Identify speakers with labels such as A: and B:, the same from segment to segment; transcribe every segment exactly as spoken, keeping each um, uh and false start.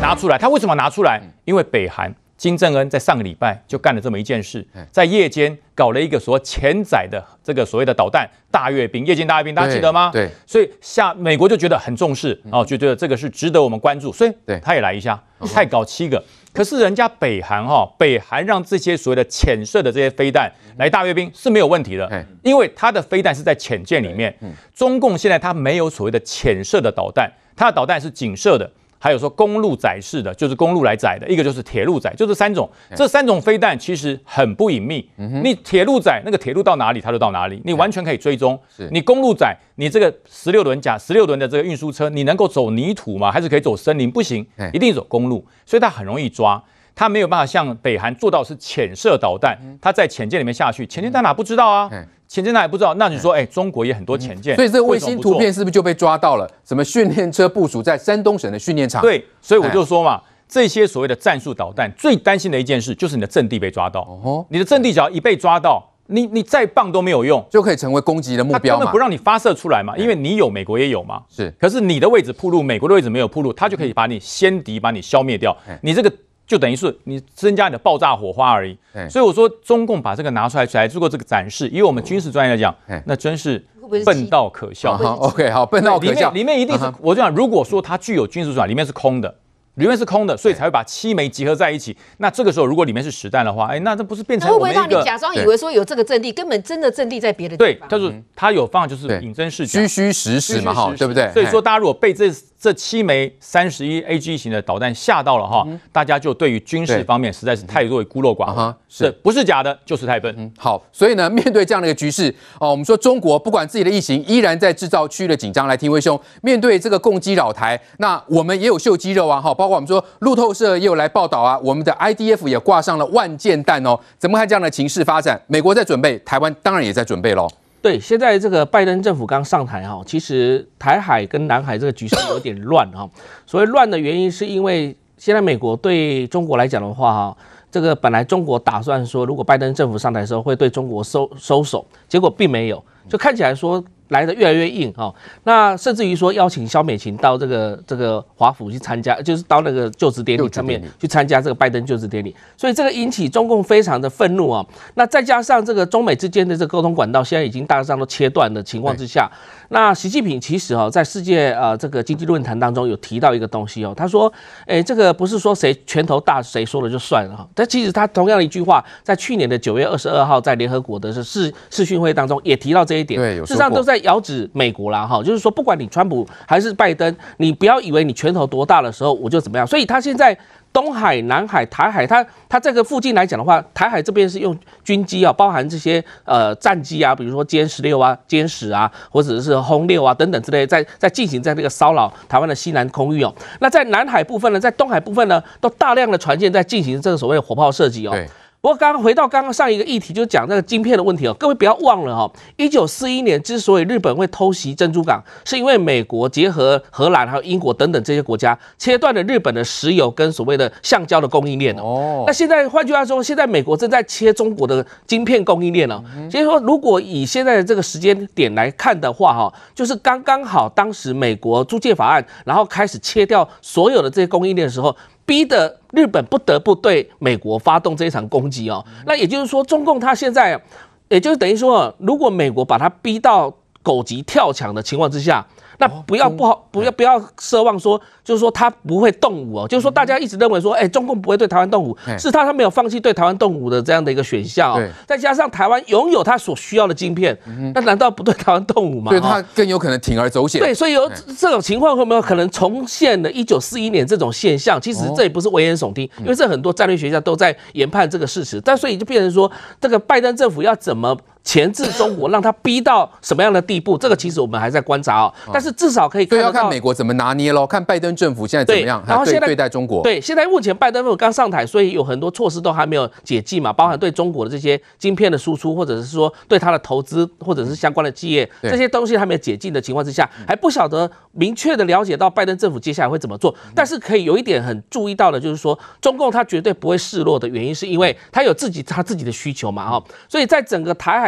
A: 拿出来。他为什么拿出来？因为北韩金正恩在上个礼拜就干了这么一件事，在夜间搞了一个所谓潜载的这个所谓的导弹大阅兵，夜间大阅兵，大家记得吗？
B: 对，
A: 所以下美国就觉得很重视哦，就觉得这个是值得我们关注，所以他也来一下，他也搞七个。可是人家北韩哈，北韩让这些所谓的潜射的这些飞弹来大阅兵是没有问题的，因为它的飞弹是在潜舰里面。中共现在它没有所谓的潜射的导弹，它的导弹是井射的。还有说公路载式的，就是公路来载的，一个就是铁路载，就这三种。这三种飞弹其实很不隐秘，你铁路载那个铁路到哪里它就到哪里，你完全可以追踪。你公路载，你这个十六轮甲十六轮的这个运输车，你能够走泥土吗？还是可以走森林？不行，一定走公路，所以它很容易抓。它没有办法像北韩做到是潜射导弹，它在潜舰里面下去，潜舰在哪不知道啊？潜舰哪也不知道，那你说，哎、欸，中国也很多潜舰，
B: 所以这个卫星图片是不是就被抓到了？什么训练车部署在山东省的训练场？
A: 对，所以我就说嘛，这些所谓的战术导弹，最担心的一件事就是你的阵地被抓到。哦，你的阵地只要一被抓到，你你再棒都没有用，
B: 就可以成为攻击的目标嘛。
A: 他根本不让你发射出来嘛，因为你有，美国也有嘛。
B: 是，
A: 可是你的位置暴露，美国的位置没有暴露，他就可以把你先敌，把你消灭掉。你这个。就等于是你增加你的爆炸火花而已，所以我说中共把这个拿出来来做这个展示，以我们军事专业来讲，那真是笨到可笑。
B: OK， 好，笨到可笑。
A: 里面一定是，我就讲，如果说它具有军事专业，里面是空的。里面是空的，所以才会把七枚集合在一起。那这个时候，如果里面是实弹的话，哎，那这不是变成我们一个？
C: 会不会让你假装以为说有这个阵地，根本真的阵地在别的地
A: 方？对，就是它有方法，就是引真视角，
B: 虚虚实实嘛，哈，对不对？
A: 所以说，大家如果被这这七枚三十一 A G 型的导弹吓到了哈，大家就对于军事方面实在是太过于孤陋寡闻，是不是假的，就是太笨。
B: 好，所以呢，面对这样的一个局势哦，我们说中国不管自己的疫情，依然在制造区域的紧张。来，廷辉兄，面对这个共机扰台，那我们也有秀肌肉啊，哈，包括我们说路透社也有来报道啊，我们的 I D F 也挂上了万箭弹哦。怎么看这样的情势发展？美国在准备，台湾当然也在准备喽。
D: 对，现在这个拜登政府刚上台哈，其实台海跟南海这个局势有点乱哈。所谓乱的原因，是因为现在美国对中国来讲的话哈，这个本来中国打算说，如果拜登政府上台的时候会对中国收收手，结果并没有，就看起来说来得越来越硬哈。那甚至于说邀请萧美琴到这个这个华府去参加，就是到那个就职典礼上面去参加这个拜登就职典礼，所以这个引起中共非常的愤怒啊。那再加上这个中美之间的这个沟通管道现在已经大致上都切断的情况之下，那习近平其实哈在世界呃这个经济论坛当中有提到一个东西哦，他说，哎，这个不是说谁拳头大谁说了就算了哈，但其实他同样的一句话，在去年的九月二十二号在联合国的视视讯会当中也提到这一点，
B: 对，
D: 事实上都在遥指美国啦哈，就是说不管你川普还是拜登，你不要以为你拳头多大的时候我就怎么样，所以他现在东海、南海、台海，它它这个附近来讲的话，台海这边是用军机啊，包含这些呃战机啊，比如说歼十六啊、歼十啊，或者是轰六啊等等之类，在在进行在这个骚扰台湾的西南空域哦。那在南海部分呢，在东海部分呢，都大量的船舰在进行这个所谓的火炮射击哦。不过，刚刚回到刚刚上一个议题，就讲那个晶片的问题哦。各位不要忘了哈，一九四一年之所以日本会偷袭珍珠港，是因为美国结合荷兰还有英国等等这些国家，切断了日本的石油跟所谓的橡胶的供应链哦。那现在换句话说，现在美国正在切中国的晶片供应链哦。所以说，如果以现在的这个时间点来看的话哈，就是刚刚好当时美国租借法案，然后开始切掉所有的这些供应链的时候，逼得日本不得不对美国发动这一场攻击哦。那也就是说，中共它现在，也就是等于说，如果美国把它逼到狗急跳墙的情况之下，那不要不好，不要不要奢望说，就是说他不会动武哦，就是说大家一直认为说，哎，中共不会对台湾动武，是他他没有放弃对台湾动武的这样的一个选项哦。再加上台湾拥有他所需要的晶片，那难道不对台湾动武吗？
B: 对，他更有可能铤而走险。
D: 对，所以有这种情况会不会可能重现了一九四一年这种现象？其实这也不是危言耸听，因为这很多战略学家都在研判这个事实。但所以就变成说，这个拜登政府要怎么钳制中国，让他逼到什么样的地步？这个其实我们还在观察哦。但是至少可以看到，
B: 对，要看美国怎么拿捏咯，看拜登政府现在怎么样，
D: 然后现在
B: 对待中国。
D: 对，现在目前拜登政府刚上台，所以有很多措施都还没有解禁嘛，包含对中国的这些晶片的输出，或者是说对他的投资，或者是相关的企业，这些东西还没有解禁的情况之下，还不晓得明确的了解到拜登政府接下来会怎么做。但是可以有一点很注意到的，就是说中共他绝对不会示弱的原因，是因为他有自己他自己的需求嘛，哈。所以在整个台海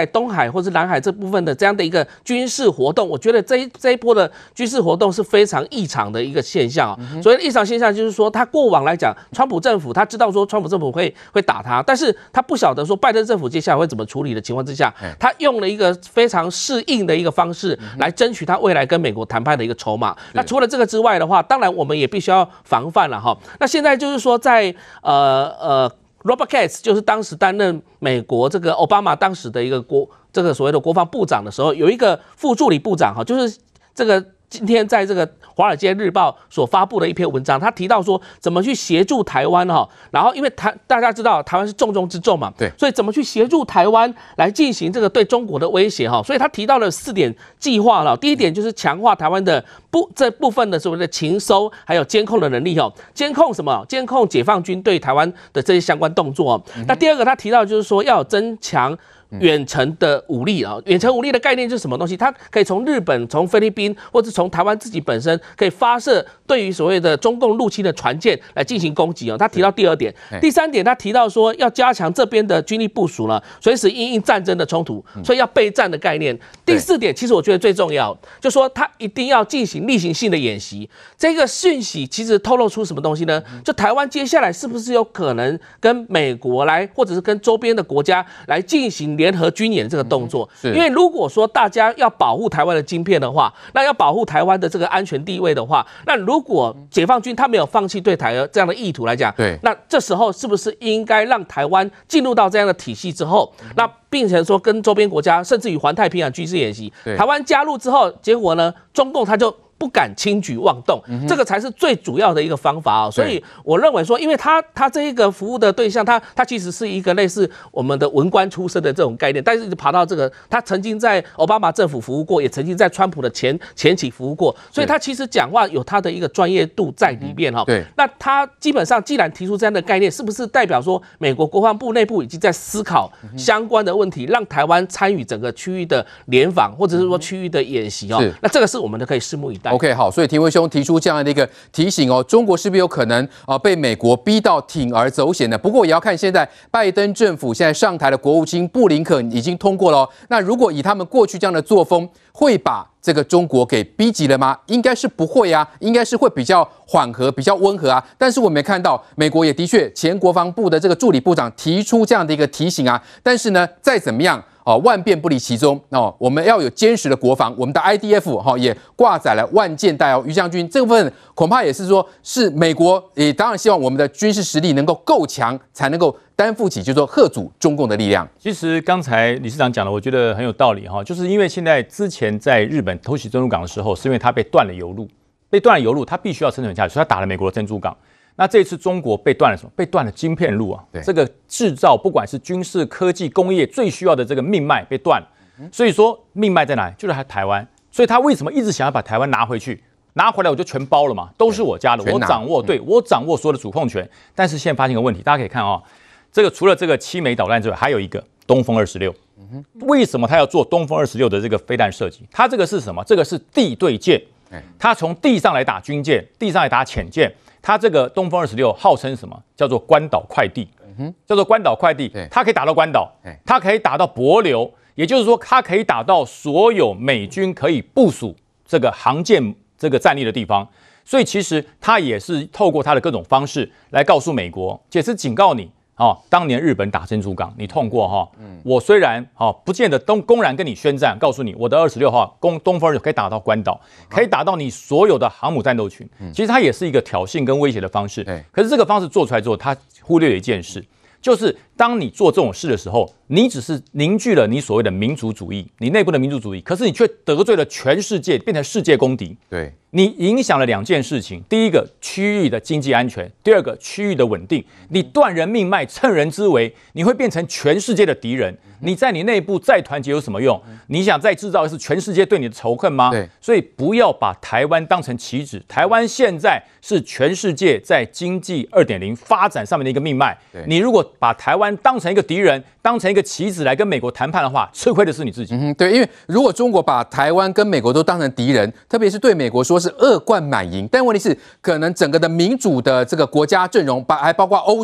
D: 海、东海或是南海这部分的这样的一个军事活动，我觉得这一这一波的军事活动是非常异常的一个现象啊。嗯、所以异常现象就是说，他过往来讲，川普政府他知道说川普政府会会打他，但是他不晓得说拜登政府接下来会怎么处理的情况之下，他用了一个非常适应的一个方式来争取他未来跟美国谈判的一个筹码。那除了这个之外的话，当然我们也必须要防范了哈。那现在就是说在呃呃。Robert Gates 就是当时担任美国这个奥巴马当时的一个国这个所谓的国防部长的时候，有一个副助理部长哈，就是这个今天在这个《华尔街日报》所发布的一篇文章，他提到说怎么去协助台湾哈，然后因为台大家知道台湾是重中之重嘛，对，所以怎么去协助台湾来进行这个对中国的威胁哈，所以他提到了四点计划了。第一点就是强化台湾的不这部分的所谓的情搜还有监控的能力哈，监控什么？监控解放军对台湾的这些相关动作哦。嗯、那第二个他提到就是说要增强远程的武力啊，远程武力的概念就是什么东西？它可以从日本、从菲律宾，或是从台湾自己本身，可以发射对于所谓的中共入侵的船舰来进行攻击哦。他提到第二点，第三点他提到说要加强这边的军力部署了，随时因应战争的冲突，所以要备战的概念。第四点，其实我觉得最重要，就说他一定要进行例行性的演习。这个讯息其实透露出什么东西呢？就台湾接下来是不是有可能跟美国来，或者是跟周边的国家来进行联合军演这个动作？因为如果说大家要保护台湾的晶片的话，那要保护台湾的这个安全地位的话，那如果解放军他没有放弃对台这样的意图来讲，对，那这时候是不是应该让台湾进入到这样的体系之后，那并且说跟周边国家甚至于环太平洋军事演习，台湾加入之后，结果呢，中共他就不敢轻举妄动，嗯、这个才是最主要的一个方法啊、哦。所以我认为说，因为他他这一个服务的对象，他他其实是一个类似我们的文官出身的这种概念，但是爬到这个，他曾经在奥巴马政府服务过，也曾经在川普的前前期服务过，所以他其实讲话有他的一个专业度在里面哈、哦。对，那他基本上既然提出这样的概念，是不是代表说美国国防部内部已经在思考相关的问题，让台湾参与整个区域的联防，或者是说区域的演习哦？那这个是我们的可以拭目以待。
B: OK， 好，所以廷辉兄提出这样的一个提醒哦，中国是不是有可能啊、呃、被美国逼到铤而走险呢？不过也要看现在拜登政府现在上台的国务卿布林肯已经通过了、哦，那如果以他们过去这样的作风，会把这个中国给逼急了吗？应该是不会啊，应该是会比较缓和、比较温和啊。但是我们也看到，美国也的确前国防部的这个助理部长提出这样的一个提醒啊。但是呢，再怎么样。哦，万变不离其宗哦，我们要有坚实的国防。我们的 I D F 哈、哦、也挂载了万舰带哦，于将军这部分恐怕也是说，是美国也当然希望我们的军事实力能够够强，才能够担负起就是说吓阻中共的力量。
A: 其实刚才理事长讲的，我觉得很有道理哈，就是因为现在之前在日本偷袭珍珠港的时候，是因为它被断了油路，被断了油路，它必须要生存下去，所以它打了美国的珍珠港。那这次中国被断了什么？被断了晶片路啊！这个制造不管是军事、科技、工业最需要的这个命脉被断了。所以说命脉在哪里？就是台湾。所以他为什么一直想要把台湾拿回去？拿回来我就全包了嘛，都是我家的，我掌握，对我掌握所有的主控权。但是现在发现一个问题，大家可以看啊、哦，这个除了这个七枚导弹之外，还有一个东风二十六。为什么他要做东风二十六的这个飞弹设计？它这个是什么？这个是地对舰，它从地上来打军舰，地上来打潜舰。它这个东风二十六号称什么？叫做关岛快递，叫做关岛快递。它可以打到关岛，它可以打到帛琉，也就是说，它可以打到所有美军可以部署这个航舰这个战力的地方。所以其实它也是透过它的各种方式来告诉美国，也是警告你。哦，当年日本打珍珠港，你痛过哈、哦。嗯，我虽然哦不见得东公然跟你宣战，告诉你我的二十六号攻东风二十六可以打到关岛，可以打到你所有的航母战斗群。嗯、其实它也是一个挑衅跟威胁的方式。嗯、可是这个方式做出来之后，它忽略了一件事，就是当你做这种事的时候，你只是凝聚了你所谓的民族主义，你内部的民族主义，可是你却得罪了全世界，变成世界公敌。对。你影响了两件事情，第一个区域的经济安全，第二个区域的稳定。你断人命脉，趁人之危，你会变成全世界的敌人。你在你内部再团结有什么用？你想再制造的是全世界对你的仇恨吗？对，所以不要把台湾当成棋子。台湾现在是全世界在经济 二点零 发展上面的一个命脉。你如果把台湾当成一个敌人，当成一个棋子来跟美国谈判的话，吃亏的是你自己。
B: 嗯，对，因为如果中国把台湾跟美国都当成敌人，特别是对美国说是恶贯满盈，但问题是，可能整个的民主的这个国家阵容，把还包括欧洲，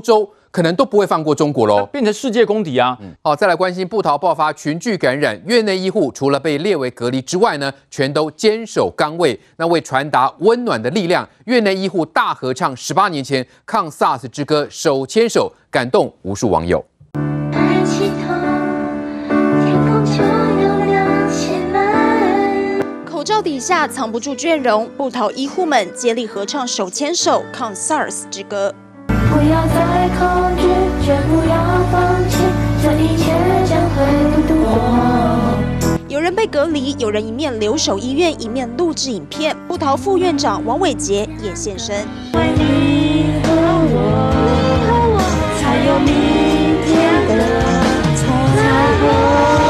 B: 可能都不会放过中国喽，
A: 变成世界公敌啊！
B: 嗯，好，再来关心部桃爆发群聚感染，院内医护除了被列为隔离之外呢，全都坚守岗位，那为传达温暖的力量，院内医护大合唱十八年前抗 SARS 之歌，手牵手，感动无数网友。抬起头，天空就要亮起来。
E: 口罩底下藏不住倦容，部桃医护们接力合唱手牵手抗 SARS 之歌。不要再抗拒，绝不要放弃，这一切将会度过。有人被隔离，有人一面留守医院，一面录制影片。部桃副院长王伟杰也现身。为你和我，才有明天的彩虹。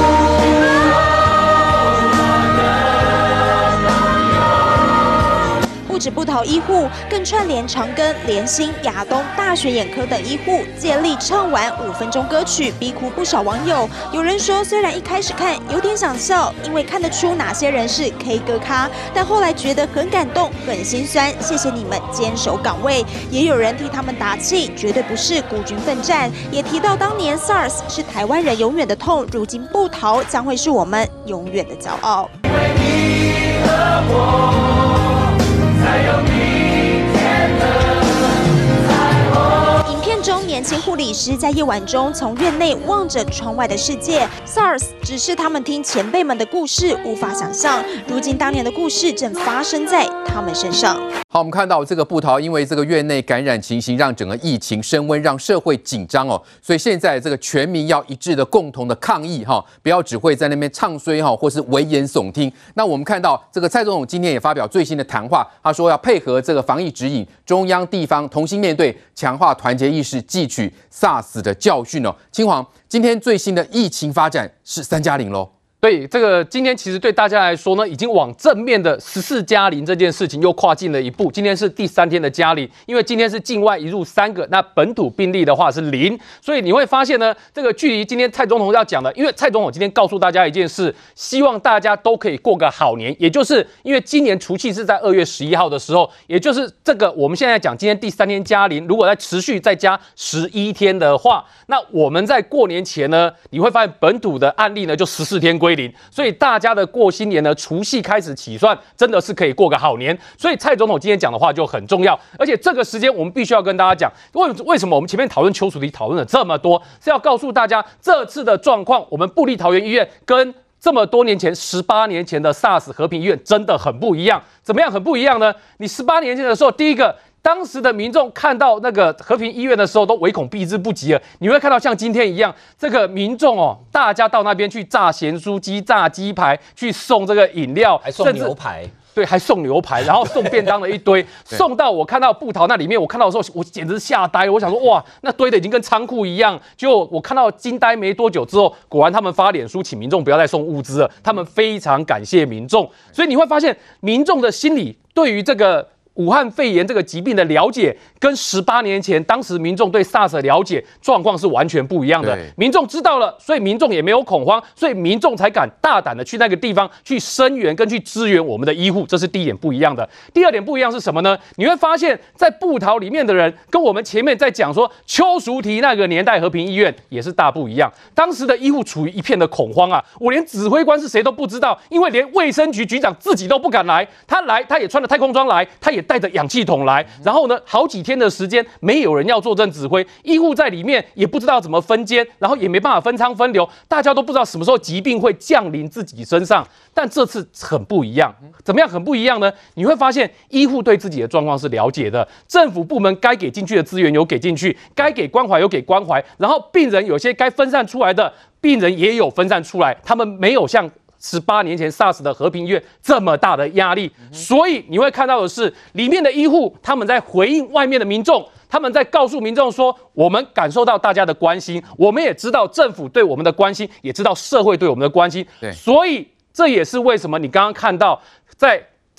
E: 不止部桃医护，更串联长庚、联兴、亚东、大学眼科等医护，接力唱完五分钟歌曲，逼哭不少网友。有人说，虽然一开始看有点想笑，因为看得出哪些人是 K 歌咖，但后来觉得很感动、很心酸。谢谢你们坚守岗位。也有人替他们打气，绝对不是孤军奋战。也提到当年 SARS 是台湾人永远的痛，如今部桃将会是我们永远的骄傲。因为你和我，才有明天的彩虹。影片中，年轻护理师在夜晚中从院内望着窗外的世界。SARS 只是他们听前辈们的故事，无法想象，如今当年的故事正发生在他们身上。
B: 好，我们看到这个部桃因为这个院内感染情形，让整个疫情升温，让社会紧张哦，所以现在这个全民要一致的共同的抗议哈，不要只会在那边唱衰哈，或是危言耸听。那我们看到这个蔡总统今天也发表最新的谈话，他说要配合这个防疫指引，中央地方同心面对，强化团结意识，汲取 SARS 的教训哦。青黄，今天最新的疫情发展是三加零喽。
F: 对，这个今天其实对大家来说呢，已经往正面的十四加零这件事情又跨进了一步。今天是第三天的加零，因为今天是境外一入三个，那本土病例的话是零，所以你会发现呢，这个距离今天蔡总统要讲的，因为蔡总统今天告诉大家一件事，希望大家都可以过个好年，也就是因为今年除夕是在二月十一号的时候，也就是这个我们现在讲今天第三天加零，如果再持续再加十一天的话，那我们在过年前呢，你会发现本土的案例呢就十四天归零，所以大家的过新年呢，除夕开始起算，真的是可以过个好年。所以蔡总统今天讲的话就很重要，而且这个时间我们必须要跟大家讲，为为什么我们前面讨论邱淑媞讨论了这么多，是要告诉大家这次的状况，我们部立桃园医院跟这么多年前十八年前的 SARS 和平医院真的很不一样。怎么样很不一样呢？你十八年前的时候，第一个，当时的民众看到那个和平医院的时候，都唯恐避之不及了。你会看到像今天一样，这个民众哦，大家到那边去炸咸酥鸡、炸鸡排，去送这个饮料，
G: 还送牛排。
F: 对，还送牛排，然后送便当的一堆，送到我看到部桃那里面，我看到的时候，我简直吓呆了。我想说，哇，那堆的已经跟仓库一样。就我看到惊呆没多久之后，果然他们发脸书请民众不要再送物资了，他们非常感谢民众。所以你会发现，民众的心理对于这个武汉肺炎这个疾病的了解，跟十八年前当时民众对 SARS 的了解状况是完全不一样的。民众知道了，所以民众也没有恐慌，所以民众才敢大胆的去那个地方去声援跟去支援我们的医护，这是第一点不一样的。第二点不一样是什么呢？你会发现在部桃里面的人，跟我们前面在讲说邱淑媞那个年代和平医院也是大不一样。当时的医护处于一片的恐慌啊，我连指挥官是谁都不知道，因为连卫生局局长自己都不敢来，他来他也穿着太空装来，他也带着氧气筒来，然后呢，好几天的时间没有人要坐镇指挥，医护在里面也不知道怎么分间，然后也没办法分仓分流，大家都不知道什么时候疾病会降临自己身上。但这次很不一样，怎么样很不一样呢？你会发现医护对自己的状况是了解的，政府部门该给进去的资源有给进去，该给关怀有给关怀，然后病人有些该分散出来的病人也有分散出来，他们没有像十八年前 SARS 的和平医院这么大的压力，所以你会看到的是，里面的医护他们在回应外面的民众，他们在告诉民众说，我们感受到大家的关心，我们也知道政府对我们的关心，也知道社会对我们的关心，所以这也是为什么你刚刚看到在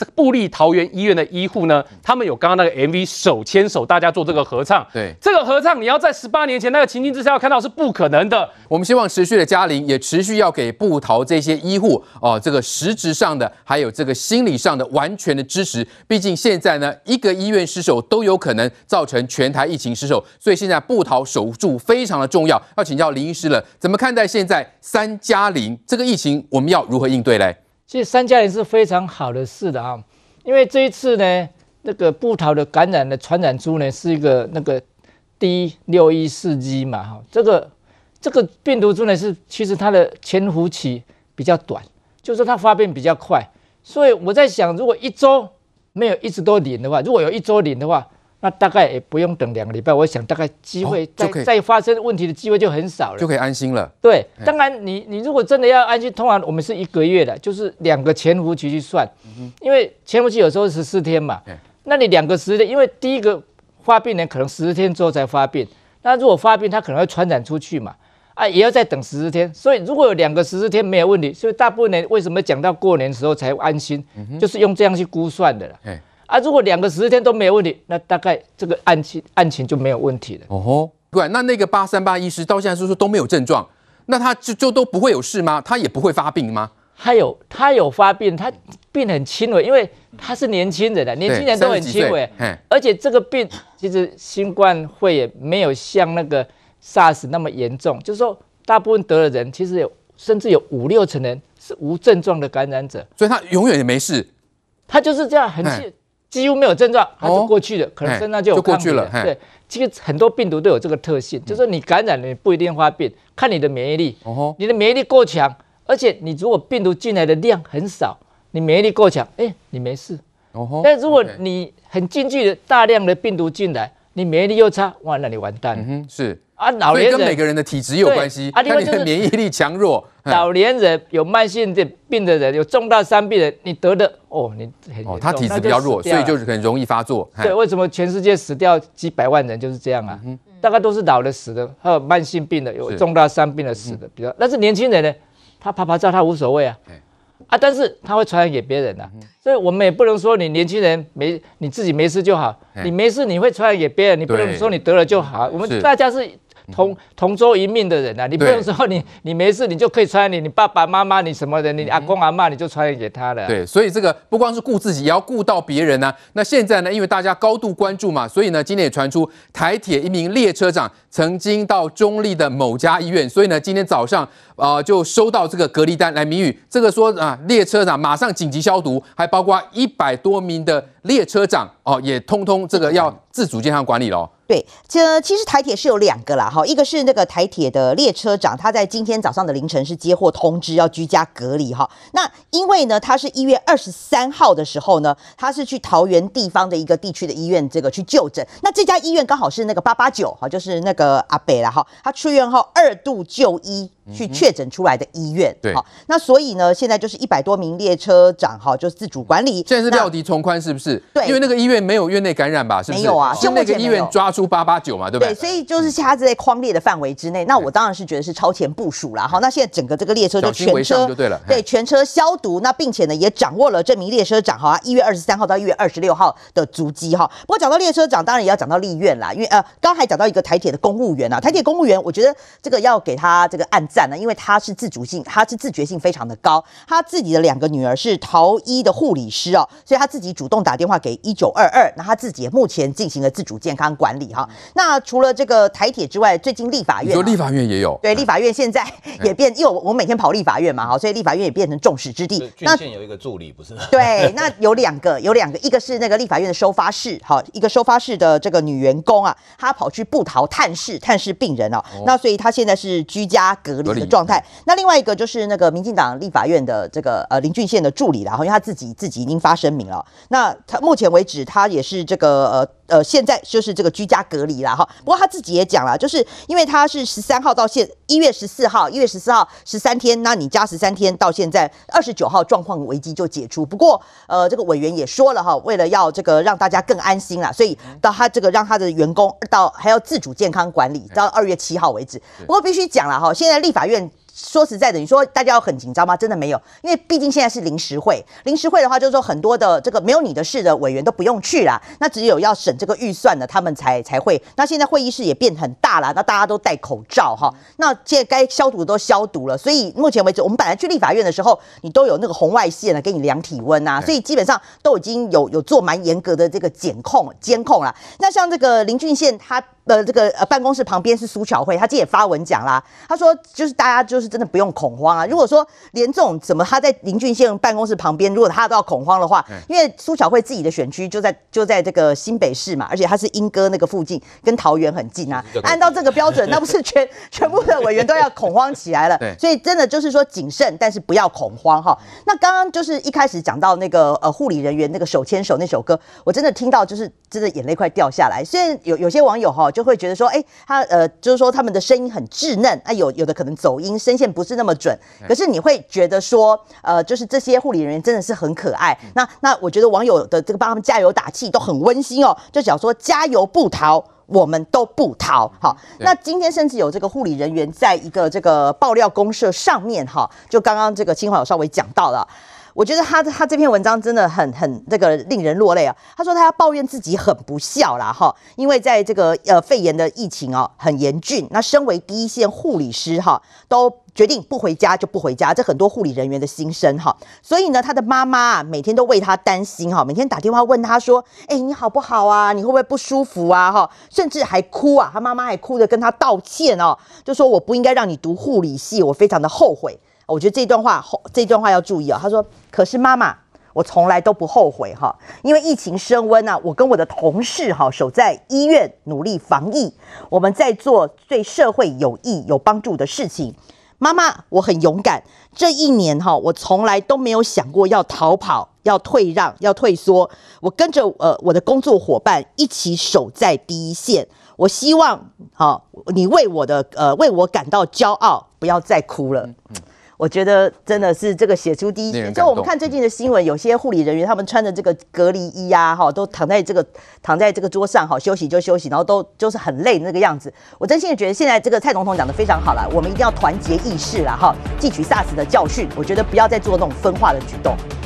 F: 这个部立桃园医院的医护呢，他们有刚刚那个 M V 手牵手，大家做这个合唱。
B: 对，
F: 这个合唱你要在十八年前那个情境之下要看到是不可能的。
B: 我们希望持续的加零，也持续要给部桃这些医护哦，这个实质上的还有这个心理上的完全的支持。毕竟现在呢，一个医院失守都有可能造成全台疫情失守，所以现在部桃守住非常的重要。要请教林医师了，怎么看待现在三加零这个疫情，我们要如何应对嘞？
G: 其实三加零是非常好的事的啊，因为这一次呢，那个部桃的感染的传染株呢是一个那个 D 六一四 G 嘛，哈，这个这个病毒株呢是其实它的潜伏期比较短，就是它发病比较快，所以我在想，如果一周没有一直都零的话，如果有一周零的话，那大概也不用等两个礼拜，我想大概机会再、哦、再发生问题的机会就很少了，
B: 就可以安心了。
G: 对，当然你你如果真的要安心，通常我们是一个月的，就是两个潜伏期去算，嗯、因为潜伏期有时候十四天嘛，那你两个十天，因为第一个发病人可能十天之后才发病，那如果发病他可能会传染出去嘛，啊也要再等十四天，所以如果有两个十四天没有问题，所以大部分人为什么讲到过年的时候才安心，嗯、就是用这样去估算的了。啊，如果两个十四天都没有问题，那大概这个案情案情就没有问题了。
B: 哦吼，对，那那个八三八医师到现在是说都没有症状，那他就就都不会有事吗？他也不会发病吗？
G: 他有，他有发病，他病很轻微，因为他是年轻人的，年轻人都很轻微，而且这个病其实新冠肺炎没有像那个 SARS 那么严重，就是说大部分得的人其实有甚至有五六成人是无症状的感染者，
B: 所以他永远也没事，
G: 他就是这样很轻。几乎没有症状，它就过去了，哦、可能身上就有抗体了。对，其实很多病毒都有这个特性，嗯、就是说你感染了，你不一定发病，看你的免疫力。哦、你的免疫力够强，而且你如果病毒进来的量很少，你免疫力够强，哎、欸，你没事。哦、但如果你很近距离大量的病毒进来，你免疫力又差，哇，那你完蛋了。
B: 嗯、是
G: 啊，老年人
B: 跟每个人的体质有关系，看你的免疫力强弱。
G: 老年人有慢性病的人，有重大伤病人，你得的哦，你很哦，
B: 他体质比较弱，所以就是很容易发作。
G: 对，为什么全世界死掉几百万人就是这样啊？嗯、大概都是老的死的，还有慢性病的，有重大伤病的死的比较。但是年轻人呢，他趴趴照他无所谓啊，啊，但是他会传染给别人啊，所以我们也不能说你年轻人没你自己没事就好，你没事你会传染给别人，你不能说你得了就好。我们大家是。同同舟一命的人啊，你不用说你你没事，你就可以传染你你爸爸妈妈，你什么人，你阿公阿嬷，你就传染给他了。
B: 对，所以这个不光是顾自己，也要顾到别人啊。那现在呢，因为大家高度关注嘛，所以呢，今天也传出台铁一名列车长曾经到中立的某家医院，所以呢，今天早上呃就收到这个隔离单来谜语，这个说啊，列车长马上紧急消毒，还包括一百多名的列车长哦，也通通这个要自主健康管理咯。
H: 对，这其实台铁是有两个啦，哈，一个是那个台铁的列车长，他在今天早上的凌晨是接获通知要居家隔离哈。那因为呢，他是一月二十三号的时候呢，他是去桃园地方的一个地区的医院这个去就诊，那这家医院刚好是那个八八九哈，就是那个阿北啦哈，他出院后二度就医。去确诊出来的医院，
B: 对，
H: 好，那所以呢，现在就是一百多名列车长哈，就是自主管理。
B: 现在是料敌从宽，是不是？
H: 对，
B: 因为那个医院没有院内感染吧？是不是？
H: 没有啊，
B: 是那个医院抓出八八九嘛，对不对？
H: 对，所以就是它在匡列的范围之内。那我当然是觉得是超前部署啦。好，那现在整个这个列车就全车
B: 就对了，
H: 对，全车消毒。那并且呢，也掌握了这名列车长哈，一月二十三号到一月二十六号的足迹哈。不过讲到列车长，当然也要讲到立院啦，因为呃，刚还讲到一个台铁的公务员啊，台铁公务员，我觉得这个要给他这个按赞呢，因为他是。自主性，他是自觉性非常的高。他自己的两个女儿是桃医的护理师哦，所以他自己主动打电话给一九二二，那他自己目前进行了自主健康管理哈。那除了这个台铁之外，最近立法院，
B: 你说立法院也有，
H: 对，立法院现在也变，因为我我每天跑立法院嘛哈，所以立法院也变成众矢之的。
I: 郡县有一个助理不是？
H: 对，那有两个，有两个，一个是那个立法院的收发室，好，一个收发室的这个女员工啊，她跑去部桃探视探视病人哦，哦那所以她现在是居家隔离的状态。那另外一个就是那个民进党立法院的这个呃林俊宪的助理啦，因为他自己自己已经发声明了。那他目前为止，他也是这个呃呃现在就是这个居家隔离啦哈。不过他自己也讲了，就是因为他是十三号到现一月十四号，一月十四号十三天，那你加十三天到现在二十九号状况危机就解除。不过呃这个委员也说了哈，为了要这个让大家更安心啦，所以到他这个让他的员工到还要自主健康管理到二月七号为止。不过必须讲了哈，现在立法院说实在的，你说大家要很紧张吗？真的没有，因为毕竟现在是临时会，临时会的话，就是说很多的这个没有你的事的委员都不用去啦，那只有要审这个预算的，他们才才会。那现在会议室也变很大了，那大家都戴口罩哈，那现在该消毒都消毒了，所以目前为止，我们本来去立法院的时候，你都有那个红外线啊，给你量体温啊，所以基本上都已经有有做蛮严格的这个检控监控啦。那像这个林俊宪他。呃，这个呃办公室旁边是苏巧慧，他今天也发文讲啦，他说就是大家就是真的不用恐慌啊。如果说连这种怎么他在林俊宪办公室旁边，如果他都要恐慌的话，因为苏巧慧自己的选区就在就在这个新北市嘛，而且他是莺歌那个附近，跟桃园很近啊。按照这个标准，那不是全全部的委员都要恐慌起来了？所以真的就是说谨慎，但是不要恐慌哈。那刚刚就是一开始讲到那个呃护理人员那个手牵手那首歌，我真的听到就是真的眼泪快掉下来。虽然有有些网友哈。就会觉得说，哎、欸，他呃，就是说他们的声音很稚嫩，啊，有有的可能走音，声线不是那么准。可是你会觉得说，呃，就是这些护理人员真的是很可爱。那那我觉得网友的这个帮他们加油打气都很温馨哦，就讲说加油不逃。我们都不逃，好。那今天甚至有这个护理人员在一个这个爆料公社上面，哈，就刚刚这个清华有稍微讲到了。我觉得他他这篇文章真的很很这个令人落泪啊！他说他要抱怨自己很不孝啦哈，因为在这个呃肺炎的疫情哦很严峻，那身为第一线护理师哈都决定不回家就不回家，这很多护理人员的心声哈。所以呢，他的妈妈啊每天都为他担心哈，每天打电话问他说：“哎，你好不好啊？你会不会不舒服啊？”哈，甚至还哭啊，他妈妈还哭着跟他道歉哦，就说我不应该让你读护理系，我非常的后悔。我觉得这段话，这段话要注意啊、哦。他说：“可是妈妈，我从来都不后悔哈，因为疫情升温啊，我跟我的同事哈守在医院努力防疫，我们在做对社会有益、有帮助的事情。妈妈，我很勇敢，这一年哈，我从来都没有想过要逃跑、要退让、要退缩，我跟着呃我的工作伙伴一起守在第一线。我希望好，你为我的呃为我感到骄傲，不要再哭了。”嗯我觉得真的是这个写出第一线，就我们看最近的新闻，有些护理人员他们穿着这个隔离衣啊，哈，都躺在这个躺在这个桌上，哈，休息就休息，然后都就是很累那个样子。我真心的觉得现在这个蔡总统讲的非常好了，我们一定要团结意识啦，哈，汲取 SARS 的教训，我觉得不要再做那种分化的举动。